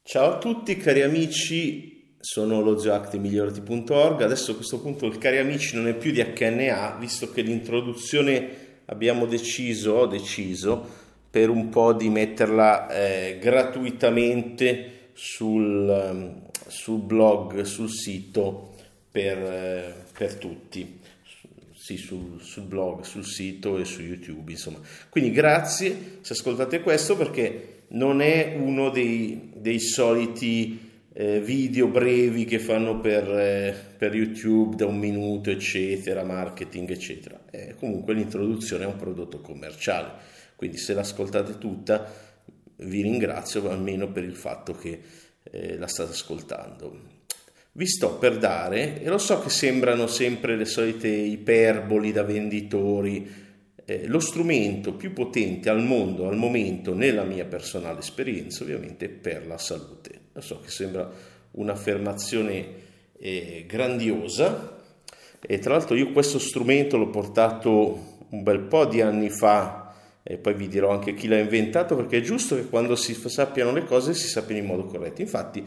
Ciao a tutti cari amici, sono lo zio di migliorati.org. Adesso a questo punto il cari amici non è più di HNA, visto che l'introduzione ho deciso per un po' di metterla gratuitamente sul blog, sul sito per tutti. Sì, sul blog, sul sito e su YouTube, insomma. Quindi grazie se ascoltate questo, perché non è uno dei soliti video brevi che fanno per YouTube da 1 minuto, eccetera, marketing, eccetera. Comunque l'introduzione è un prodotto commerciale, quindi se l'ascoltate tutta vi ringrazio almeno per il fatto che la state ascoltando. Vi sto per dare, e lo so che sembrano sempre le solite iperboli da venditori, lo strumento più potente al mondo, al momento, nella mia personale esperienza, ovviamente, per la salute. Lo so che sembra un'affermazione grandiosa, e tra l'altro io questo strumento l'ho portato un bel po' di anni fa, e poi vi dirò anche chi l'ha inventato, perché è giusto che quando si sappiano le cose si sappiano in modo corretto. Infatti,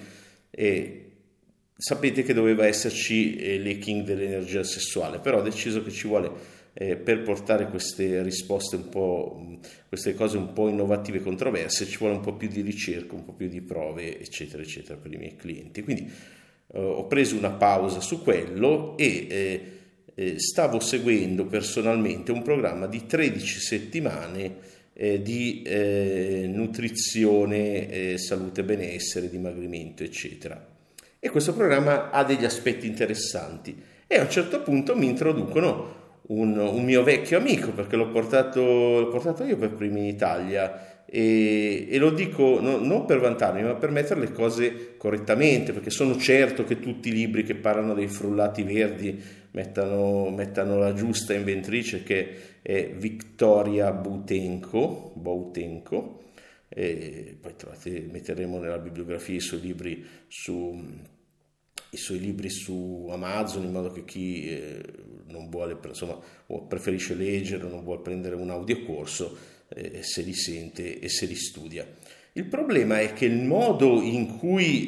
sapete che doveva esserci l'hacking dell'energia sessuale, però ho deciso che ci vuole, per portare queste risposte queste cose un po' innovative e controverse, ci vuole un po' più di ricerca, un po' più di prove, eccetera, eccetera, per i miei clienti. Quindi ho preso una pausa su quello e stavo seguendo personalmente un programma di 13 settimane di nutrizione, salute, benessere, dimagrimento, eccetera. E questo programma ha degli aspetti interessanti, e a un certo punto mi introducono un mio vecchio amico, perché l'ho portato io per primo in Italia, e lo dico non per vantarmi, ma per mettere le cose correttamente, perché sono certo che tutti i libri che parlano dei frullati verdi mettano la giusta inventrice, che è Victoria Boutenko. E poi metteremo nella bibliografia i suoi libri su Amazon, in modo che chi non vuole, insomma, o preferisce leggere o non vuole prendere un audiocorso, se li sente e se li studia. Il problema è che il modo in cui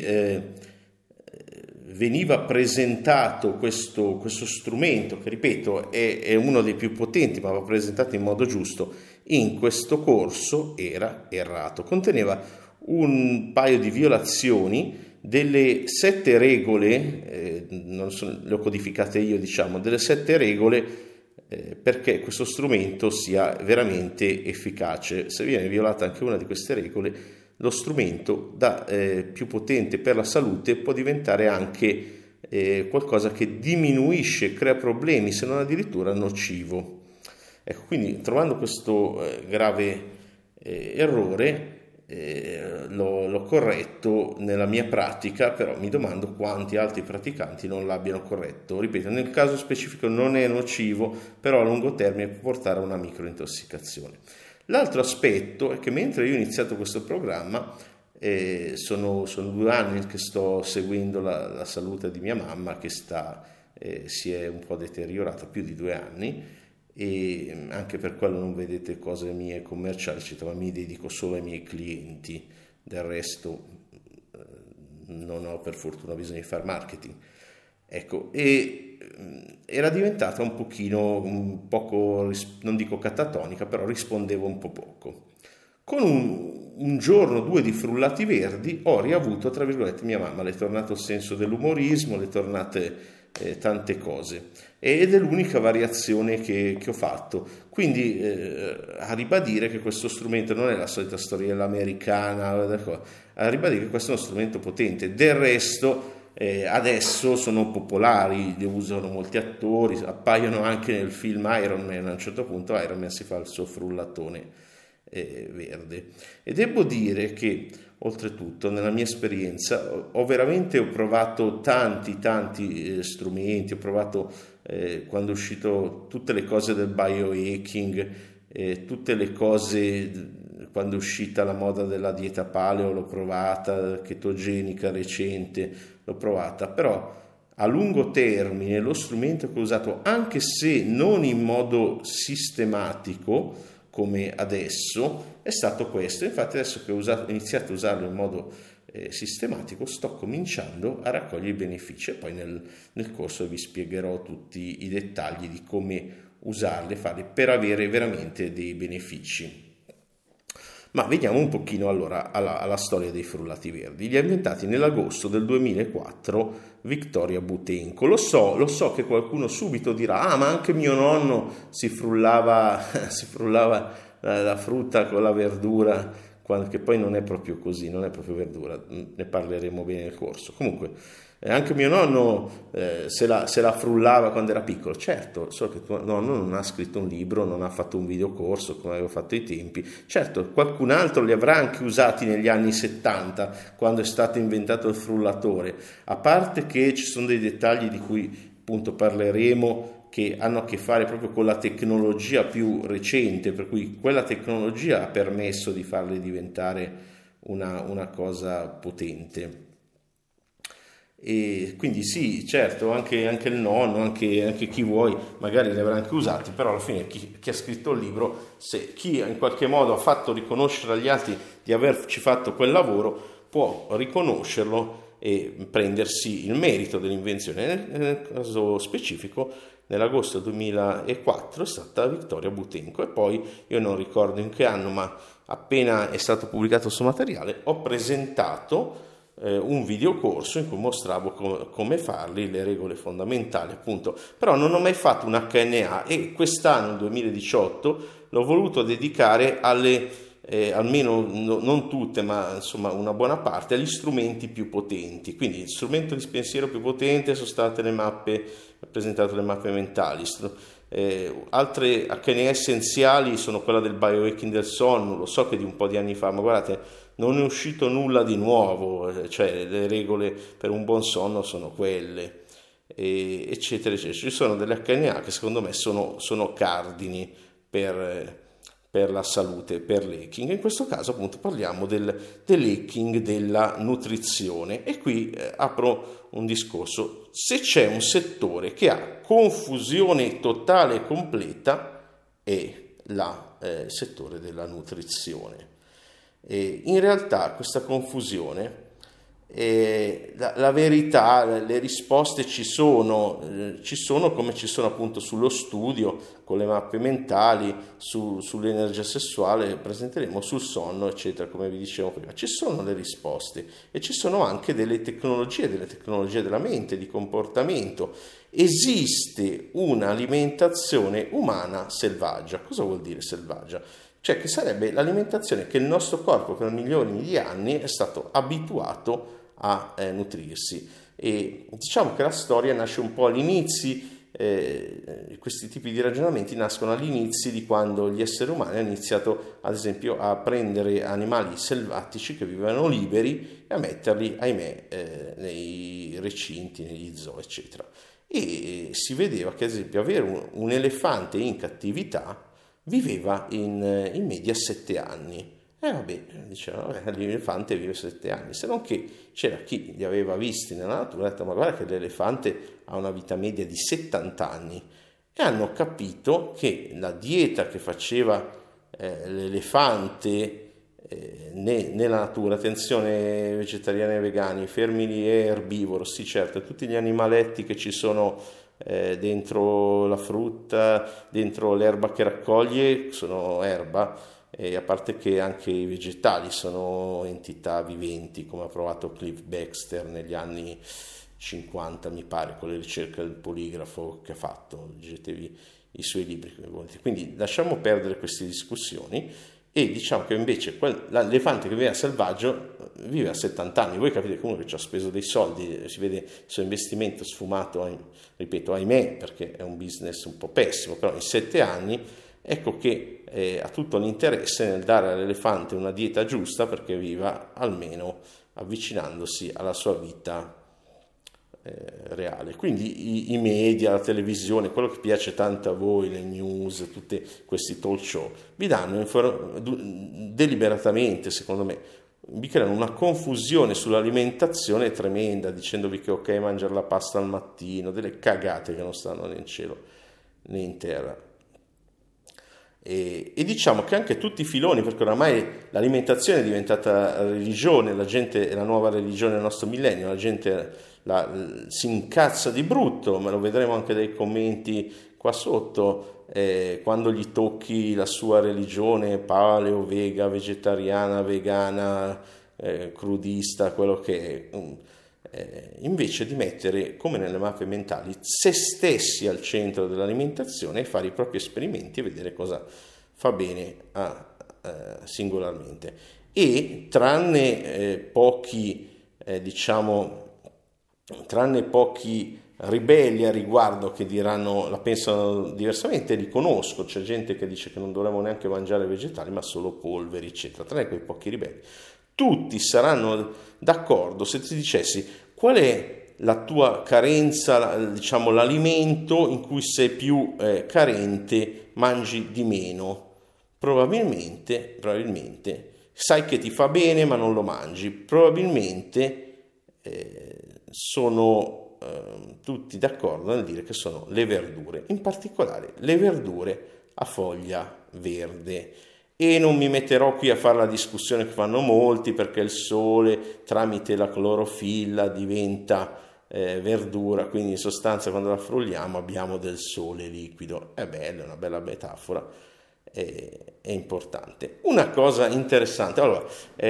veniva presentato questo strumento, che ripeto è uno dei più potenti, ma va presentato in modo giusto, in questo corso era errato. Conteneva un paio di violazioni delle 7 regole, le ho codificate io, delle 7 regole perché questo strumento sia veramente efficace. Se viene violata anche una di queste regole, lo strumento più potente per la salute può diventare anche qualcosa che diminuisce, crea problemi, se non addirittura nocivo. Ecco, quindi trovando questo grave errore, l'ho corretto nella mia pratica, però mi domando quanti altri praticanti non l'abbiano corretto. Ripeto, nel caso specifico non è nocivo, però a lungo termine può portare a una microintossicazione. L'altro aspetto è che mentre io ho iniziato questo programma, sono 2 anni che sto seguendo la salute di mia mamma, che si è un po' deteriorata, più di 2 anni, e anche per quello non vedete cose mie commerciali, eccetera, ma mi dedico solo ai miei clienti. Del resto non ho per fortuna bisogno di fare marketing. Ecco, e era diventata un poco, non dico catatonica, però rispondevo un po' poco. Con un giorno, 2 di frullati verdi, ho riavuto, tra virgolette, mia mamma. Le è tornato il senso dell'umorismo, le è tornate tante cose, ed è l'unica variazione che ho fatto. Quindi a ribadire che questo strumento non è la solita storiella americana, a ribadire che questo è uno strumento potente. Del resto adesso sono popolari, li usano molti attori, appaiono anche nel film Iron Man. A un certo punto Iron Man si fa il suo frullatone verde, e devo dire che oltretutto nella mia esperienza ho provato tanti strumenti. Ho provato quando è uscito tutte le cose del biohacking, tutte le cose, quando è uscita la moda della dieta paleo l'ho provata, chetogenica recente l'ho provata, però a lungo termine lo strumento che ho usato, anche se non in modo sistematico, come adesso è stato questo. Infatti adesso che ho iniziato a usarlo in modo sistematico, sto cominciando a raccogliere i benefici e poi nel corso vi spiegherò tutti i dettagli di come usarli, farli per avere veramente dei benefici. Ma veniamo un pochino allora alla storia dei frullati verdi. Li ha inventati nell'agosto del 2004 Victoria Butenko. Lo so che qualcuno subito dirà: ma anche mio nonno si frullava la frutta con la verdura, che poi non è proprio così, non è proprio verdura, ne parleremo bene nel corso. Comunque, anche mio nonno se la frullava quando era piccolo. Certo, so che tuo nonno non ha scritto un libro, non ha fatto un videocorso come avevo fatto ai tempi. Certo, qualcun altro li avrà anche usati negli anni 70, quando è stato inventato il frullatore. A parte che ci sono dei dettagli di cui appunto parleremo, che hanno a che fare proprio con la tecnologia più recente, per cui quella tecnologia ha permesso di farle diventare una cosa potente. E quindi sì, certo, anche il nonno, anche chi vuoi, magari li avrà anche usati, però alla fine chi ha scritto il libro, chi in qualche modo ha fatto riconoscere agli altri di averci fatto quel lavoro, può riconoscerlo e prendersi il merito dell'invenzione. Nel caso specifico, nell'agosto 2004 è stata Victoria Butenko, e poi io non ricordo in che anno, ma appena è stato pubblicato questo materiale ho presentato un videocorso in cui mostravo come farli, le regole fondamentali appunto. Però non ho mai fatto un HNA, e quest'anno, il 2018, l'ho voluto dedicare alle almeno non tutte, ma insomma una buona parte, agli strumenti più potenti. Quindi il strumento di pensiero più potente sono state le mappe, ho presentato le mappe mentali. Altre HNA essenziali sono quella del biohacking del sonno. Lo so che di un po' di anni fa, ma guardate, non è uscito nulla di nuovo, cioè le regole per un buon sonno sono quelle, eccetera eccetera. Ci sono delle HNA che secondo me sono cardini per la salute, per l'hacking. In questo caso appunto parliamo dell'hacking della nutrizione, e qui apro un discorso. Se c'è un settore che ha confusione totale e completa è il settore della nutrizione. In realtà questa confusione, la verità, le risposte ci sono come ci sono appunto sullo studio, con le mappe mentali, sull'energia sessuale, presenteremo sul sonno, eccetera, come vi dicevo prima. Ci sono le risposte, e ci sono anche delle tecnologie della mente, di comportamento. Esiste un'alimentazione umana selvaggia. Cosa vuol dire selvaggia? Cioè che sarebbe l'alimentazione che il nostro corpo per milioni di anni è stato abituato a nutrirsi. E diciamo che la storia nasce un po' all'inizio, questi tipi di ragionamenti nascono all'inizio di quando gli esseri umani hanno iniziato ad esempio a prendere animali selvatici che vivevano liberi e a metterli, ahimè, nei recinti, negli zoo, eccetera. E si vedeva che ad esempio avere un elefante in cattività viveva in media 7 anni. Dicevano, l'elefante vive 7 anni, se non che c'era chi li aveva visti nella natura e ha detto: ma guarda che l'elefante ha una vita media di 70 anni, e hanno capito che la dieta che faceva l'elefante nella natura, attenzione vegetariani e vegani, fermili e erbivoro, sì certo, tutti gli animaletti che ci sono dentro la frutta, dentro l'erba che raccoglie, sono erba, e a parte che anche i vegetali sono entità viventi, come ha provato Cliff Baxter negli anni 50, mi pare, con le ricerche del poligrafo che ha fatto. Leggetevi i suoi libri. Quindi lasciamo perdere queste discussioni e diciamo che invece l'elefante che vive a selvaggio vive a 70 anni. Voi capite comunque che ci ha speso dei soldi, si vede il suo investimento sfumato, ripeto, ahimè, perché è un business un po' pessimo, però in 7 anni ecco che ha tutto l'interesse nel dare all'elefante una dieta giusta perché viva almeno avvicinandosi alla sua vita reale. Quindi i media, la televisione, quello che piace tanto a voi, le news, tutti questi talk show, vi danno deliberatamente, secondo me, vi creano una confusione sull'alimentazione tremenda, dicendovi che ok mangiare la pasta al mattino, delle cagate che non stanno né in cielo né in terra. E diciamo che anche tutti i filoni, perché oramai l'alimentazione è diventata religione, la gente è la nuova religione del nostro millennio, la gente si incazza di brutto, ma lo vedremo anche dai commenti qua sotto, quando gli tocchi la sua religione paleo, vega, vegetariana, vegana, crudista, quello che è. Invece di mettere, come nelle mappe mentali, se stessi al centro dell'alimentazione e fare i propri esperimenti e vedere cosa fa bene singolarmente. E tranne pochi ribelli a riguardo che diranno, la pensano diversamente, li conosco, c'è gente che dice che non dovremmo neanche mangiare vegetali ma solo polveri eccetera, tranne quei pochi ribelli, tutti saranno d'accordo se ti dicessi qual è la tua carenza, diciamo l'alimento in cui sei più carente, mangi di meno. Probabilmente sai che ti fa bene ma non lo mangi, probabilmente sono tutti d'accordo nel dire che sono le verdure, in particolare le verdure a foglia verde. E non mi metterò qui a fare la discussione che fanno molti, perché il sole tramite la clorofilla diventa verdura, quindi in sostanza quando la frulliamo abbiamo del sole liquido. È bella, è una bella metafora, è importante. Una cosa interessante, allora,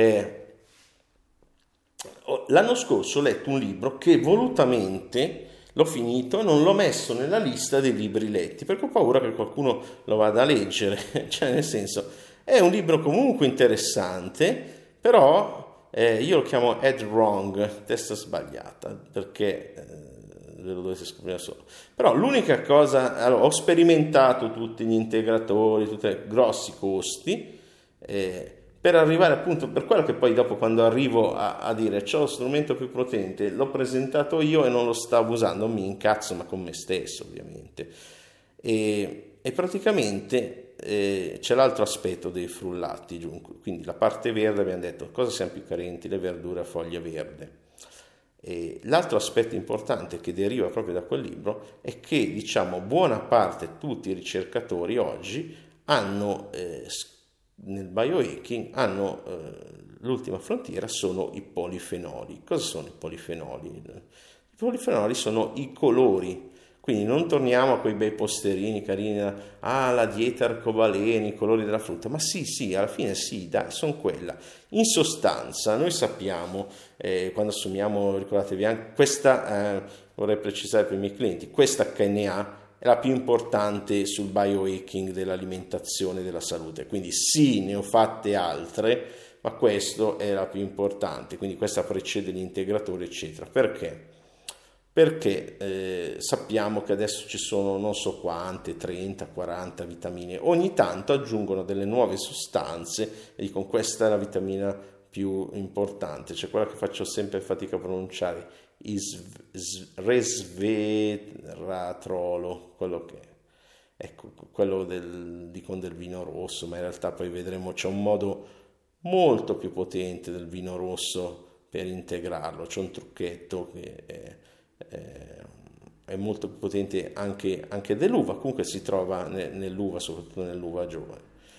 l'anno scorso ho letto un libro che volutamente l'ho finito e non l'ho messo nella lista dei libri letti, perché ho paura che qualcuno lo vada a leggere, cioè nel senso è un libro comunque interessante, però io lo chiamo Head Wrong, testa sbagliata, perché ve lo dovete scoprire solo. Però l'unica cosa, allora, ho sperimentato tutti gli integratori, tutti i grossi costi, per arrivare appunto, per quello che poi dopo quando arrivo a dire c'ho lo strumento più potente, l'ho presentato io e non lo stavo usando, mi incazzo, ma con me stesso ovviamente. E praticamente c'è l'altro aspetto dei frullati, quindi la parte verde abbiamo detto cosa siamo più carenti, le verdure a foglia verde. E l'altro aspetto importante che deriva proprio da quel libro è che diciamo buona parte, tutti i ricercatori oggi hanno nel biohacking l'ultima frontiera sono i polifenoli. Cosa sono i polifenoli? I polifenoli sono i colori, quindi non torniamo a quei bei posterini carini, la dieta arcobaleni, i colori della frutta, ma sì, alla fine sì, dai, sono quella. In sostanza, noi sappiamo, quando assumiamo, ricordatevi anche, questa, vorrei precisare per i miei clienti, questa HNA è la più importante sul biohacking dell'alimentazione e della salute, quindi sì, ne ho fatte altre, ma questa è la più importante, quindi questa precede gli integratori eccetera. Perché? Perché sappiamo che adesso ci sono non so quante, 30, 40 vitamine, ogni tanto aggiungono delle nuove sostanze e dicono questa è la vitamina più importante, cioè quella che faccio sempre fatica a pronunciare, resveratrolo, quello che ecco, quello dicono del vino rosso, ma in realtà poi vedremo c'è un modo molto più potente del vino rosso per integrarlo, c'è un trucchetto che è molto più potente anche dell'uva, comunque si trova nell'uva, soprattutto nell'uva giovane.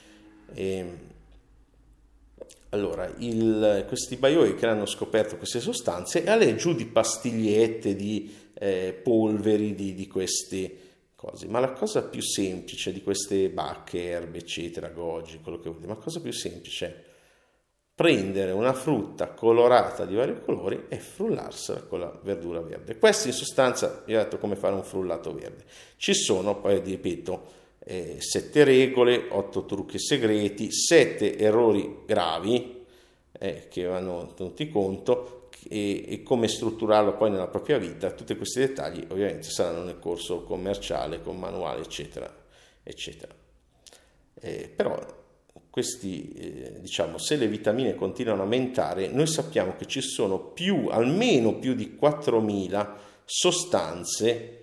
Allora, questi biohacker hanno scoperto queste sostanze e alle giù di pastigliette, di polveri, di queste cose. Ma la cosa più semplice di queste bacche, erbe, eccetera, goji, quello che volete, ma la cosa più semplice è prendere una frutta colorata di vari colori e frullarsela con la verdura verde. Questo in sostanza vi ho detto come fare un frullato verde. Ci sono, poi ripeto, 7 regole, 8 trucchi segreti, 7 errori gravi che vanno tenuti conto e come strutturarlo poi nella propria vita. Tutti questi dettagli ovviamente saranno nel corso commerciale con manuale eccetera eccetera. Però questi diciamo, se le vitamine continuano a aumentare, noi sappiamo che ci sono almeno più di 4.000 sostanze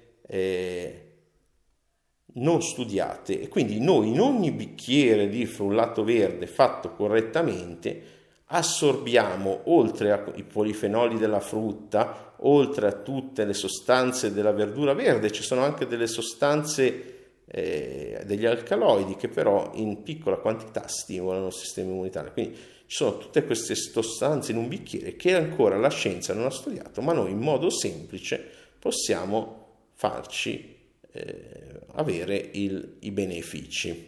non studiate, e quindi noi in ogni bicchiere di frullato verde fatto correttamente assorbiamo, oltre ai polifenoli della frutta, oltre a tutte le sostanze della verdura verde, ci sono anche delle sostanze degli alcaloidi che però in piccola quantità stimolano il sistema immunitario. Quindi ci sono tutte queste sostanze in un bicchiere che ancora la scienza non ha studiato, ma noi in modo semplice possiamo farci avere i benefici.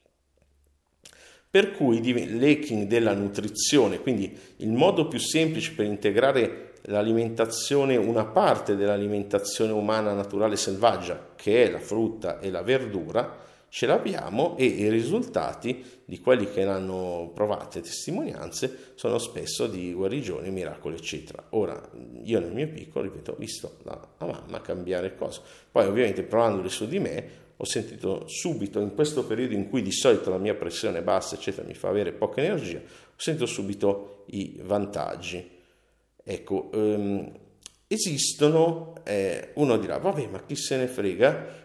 Per cui l'hacking della nutrizione, quindi il modo più semplice per integrare l'alimentazione, una parte dell'alimentazione umana naturale selvaggia, che è la frutta e la verdura, ce l'abbiamo, e i risultati di quelli che l'hanno provate, testimonianze, sono spesso di guarigioni, miracoli, eccetera. Ora, io nel mio piccolo, ripeto, ho visto la mamma cambiare cose. Poi ovviamente provandoli su di me, ho sentito subito, in questo periodo in cui di solito la mia pressione è bassa, eccetera, mi fa avere poca energia, ho sentito subito i vantaggi. Ecco, esistono, uno dirà, vabbè, ma chi se ne frega,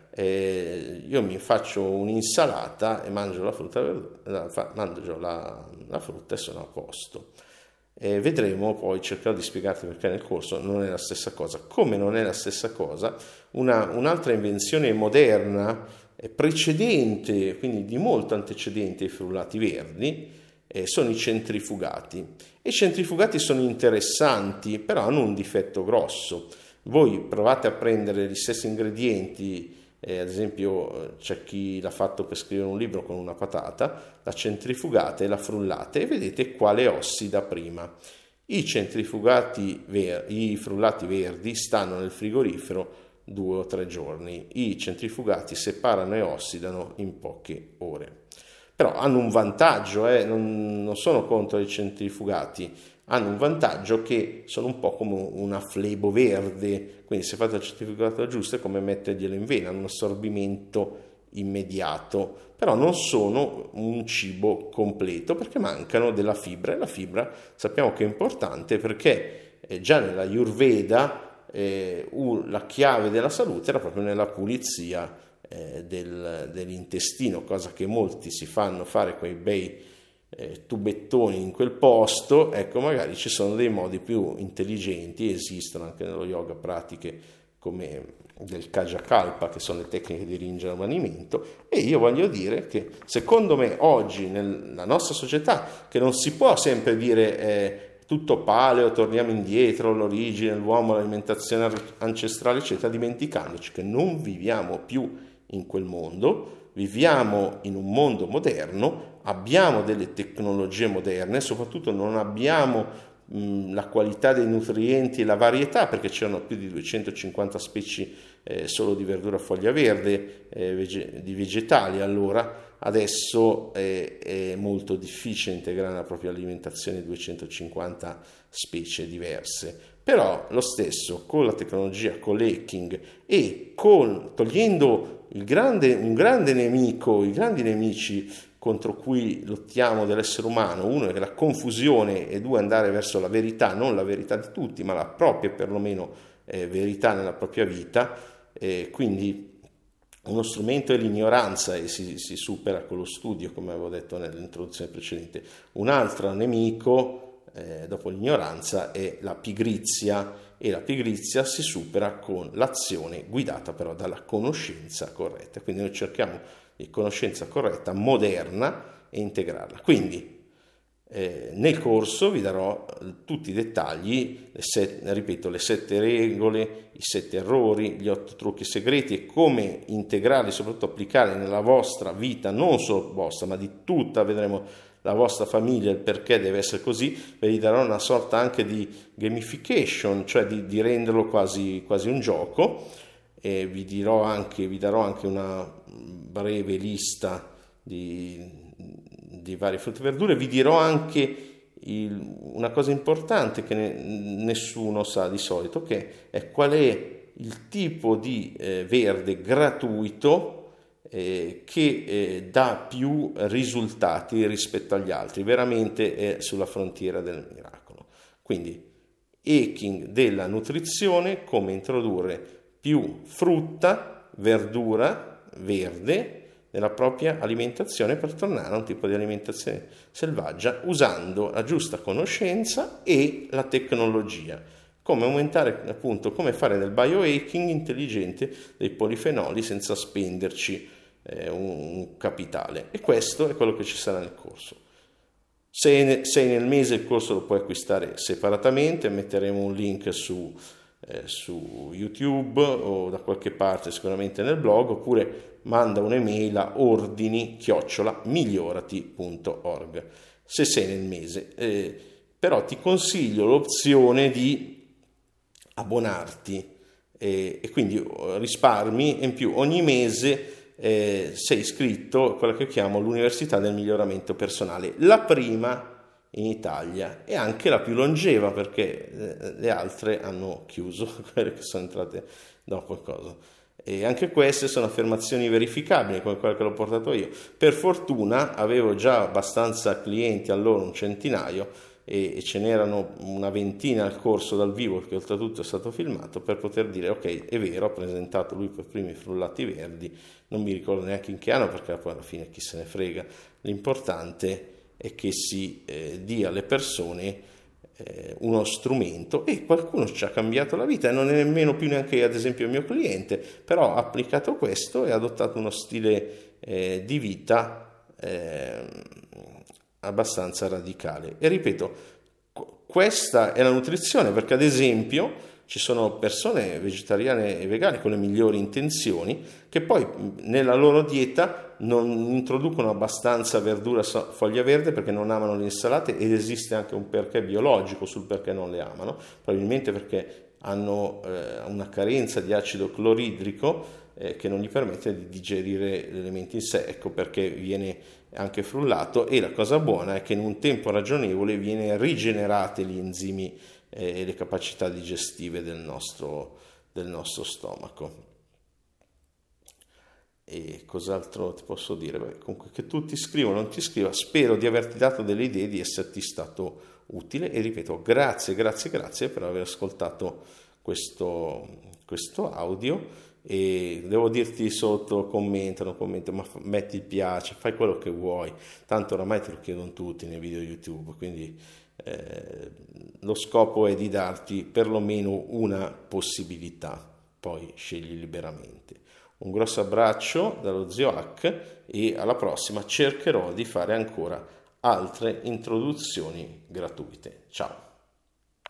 io mi faccio un'insalata e mangio la frutta, mangio la frutta e sono a posto. Vedremo, poi cercherò di spiegarti perché nel corso non è la stessa cosa. Come non è la stessa cosa, un'altra invenzione moderna, precedente, quindi di molto antecedente ai frullati verdi, sono i centrifugati. E i centrifugati sono interessanti, però hanno un difetto grosso. Voi provate a prendere gli stessi ingredienti, ad esempio c'è chi l'ha fatto per scrivere un libro con una patata, la centrifugate e la frullate e vedete quale ossida prima. I centrifugati i frullati verdi stanno nel frigorifero 2 o 3 giorni, i centrifugati separano e ossidano in poche ore. Però hanno un vantaggio, non sono contro i centrifugati, hanno un vantaggio che sono un po' come una flebo verde, quindi se fate il centrifugato giusto è come metterglielo in vena, un assorbimento immediato, però non sono un cibo completo perché mancano della fibra, e la fibra sappiamo che è importante perché già nella Ayurveda la chiave della salute era proprio nella pulizia dell'intestino, cosa che molti si fanno fare quei bei tubettoni in quel posto. Ecco, magari ci sono dei modi più intelligenti, esistono anche nello yoga pratiche come del Kajakalpa, che sono le tecniche di ringiovanimento, e io voglio dire che secondo me oggi nella nostra società, che non si può sempre dire tutto paleo, torniamo indietro, l'origine, l'uomo, l'alimentazione ancestrale, eccetera, dimenticandoci che non viviamo più in quel mondo, viviamo in un mondo moderno, abbiamo delle tecnologie moderne, soprattutto non abbiamo la qualità dei nutrienti e la varietà, perché c'erano più di 250 specie solo di verdura a foglia verde, di vegetali. Allora adesso è molto difficile integrare nella propria alimentazione 250 specie diverse. Però lo stesso con la tecnologia, con l'hacking e togliendo un grande nemico, i grandi nemici contro cui lottiamo dell'essere umano, uno è la confusione e due andare verso la verità, non la verità di tutti, ma la propria perlomeno verità nella propria vita, quindi uno strumento è l'ignoranza e si supera con lo studio, come avevo detto nell'introduzione precedente. Un altro nemico dopo l'ignoranza è la pigrizia, e la pigrizia si supera con l'azione guidata però dalla conoscenza corretta. Quindi noi cerchiamo di conoscenza corretta, moderna, e integrarla. Quindi nel corso vi darò tutti i dettagli, le 7 regole, i 7 errori, gli 8 trucchi segreti e come integrarli, soprattutto applicare nella vostra vita, non solo vostra ma di tutta, vedremo, la vostra famiglia, il perché deve essere così. Vi darò una sorta anche di gamification, cioè di renderlo quasi un gioco, e vi darò anche una breve lista di varie frutte e verdure. Vi dirò anche una cosa importante che nessuno sa di solito, che è qual è il tipo di verde gratuito che dà più risultati rispetto agli altri, veramente è sulla frontiera del miracolo. Quindi hacking della nutrizione, come introdurre più frutta, verdura verde nella propria alimentazione per tornare a un tipo di alimentazione selvaggia usando la giusta conoscenza e la tecnologia. Come aumentare, appunto, come fare del biohacking intelligente dei polifenoli senza spenderci un capitale, e questo è quello che ci sarà nel corso. Se sei nel mese, il corso lo puoi acquistare separatamente, metteremo un link su YouTube o da qualche parte, sicuramente nel blog, oppure manda un'email a ordini@migliorati.org se sei nel mese. Però ti consiglio l'opzione di abbonarti e quindi risparmi, e in più ogni mese sei iscritto a quella che chiamo l'Università del Miglioramento Personale, la prima in Italia e anche la più longeva, perché le altre hanno chiuso, quelle che sono entrate dopo qualcosa. E anche queste sono affermazioni verificabili, come quella che l'ho portato io. Per fortuna avevo già abbastanza clienti, allora un centinaio, e ce n'erano una ventina al corso dal vivo, che oltretutto è stato filmato, per poter dire ok, è vero, ha presentato lui per primi i frullati verdi, non mi ricordo neanche in che anno, perché poi alla fine chi se ne frega, l'importante è che si dia alle persone uno strumento, e qualcuno ci ha cambiato la vita, e non è nemmeno più neanche ad esempio il mio cliente, però ha applicato questo e ha adottato uno stile di vita abbastanza radicale. E ripeto, questa è la nutrizione, perché ad esempio ci sono persone vegetariane e vegane con le migliori intenzioni che poi nella loro dieta non introducono abbastanza verdura, foglia verde, perché non amano le insalate, ed esiste anche un perché biologico sul perché non le amano, probabilmente perché hanno una carenza di acido cloridrico che non gli permette di digerire gli elementi in sé, ecco perché viene anche frullato. E la cosa buona è che in un tempo ragionevole viene rigenerate gli enzimi e le capacità digestive del nostro stomaco. E cos'altro ti posso dire? Beh, comunque, che tu ti iscriva o non ti iscriva, spero di averti dato delle idee, di esserti stato utile, e ripeto, grazie per aver ascoltato questo audio. E devo dirti sotto, commenta, ma metti il piace, fai quello che vuoi, tanto oramai te lo chiedono tutti nei video YouTube, quindi lo scopo è di darti perlomeno una possibilità, poi scegli liberamente. Un grosso abbraccio dallo zio Hack, e alla prossima cercherò di fare ancora altre introduzioni gratuite. Ciao!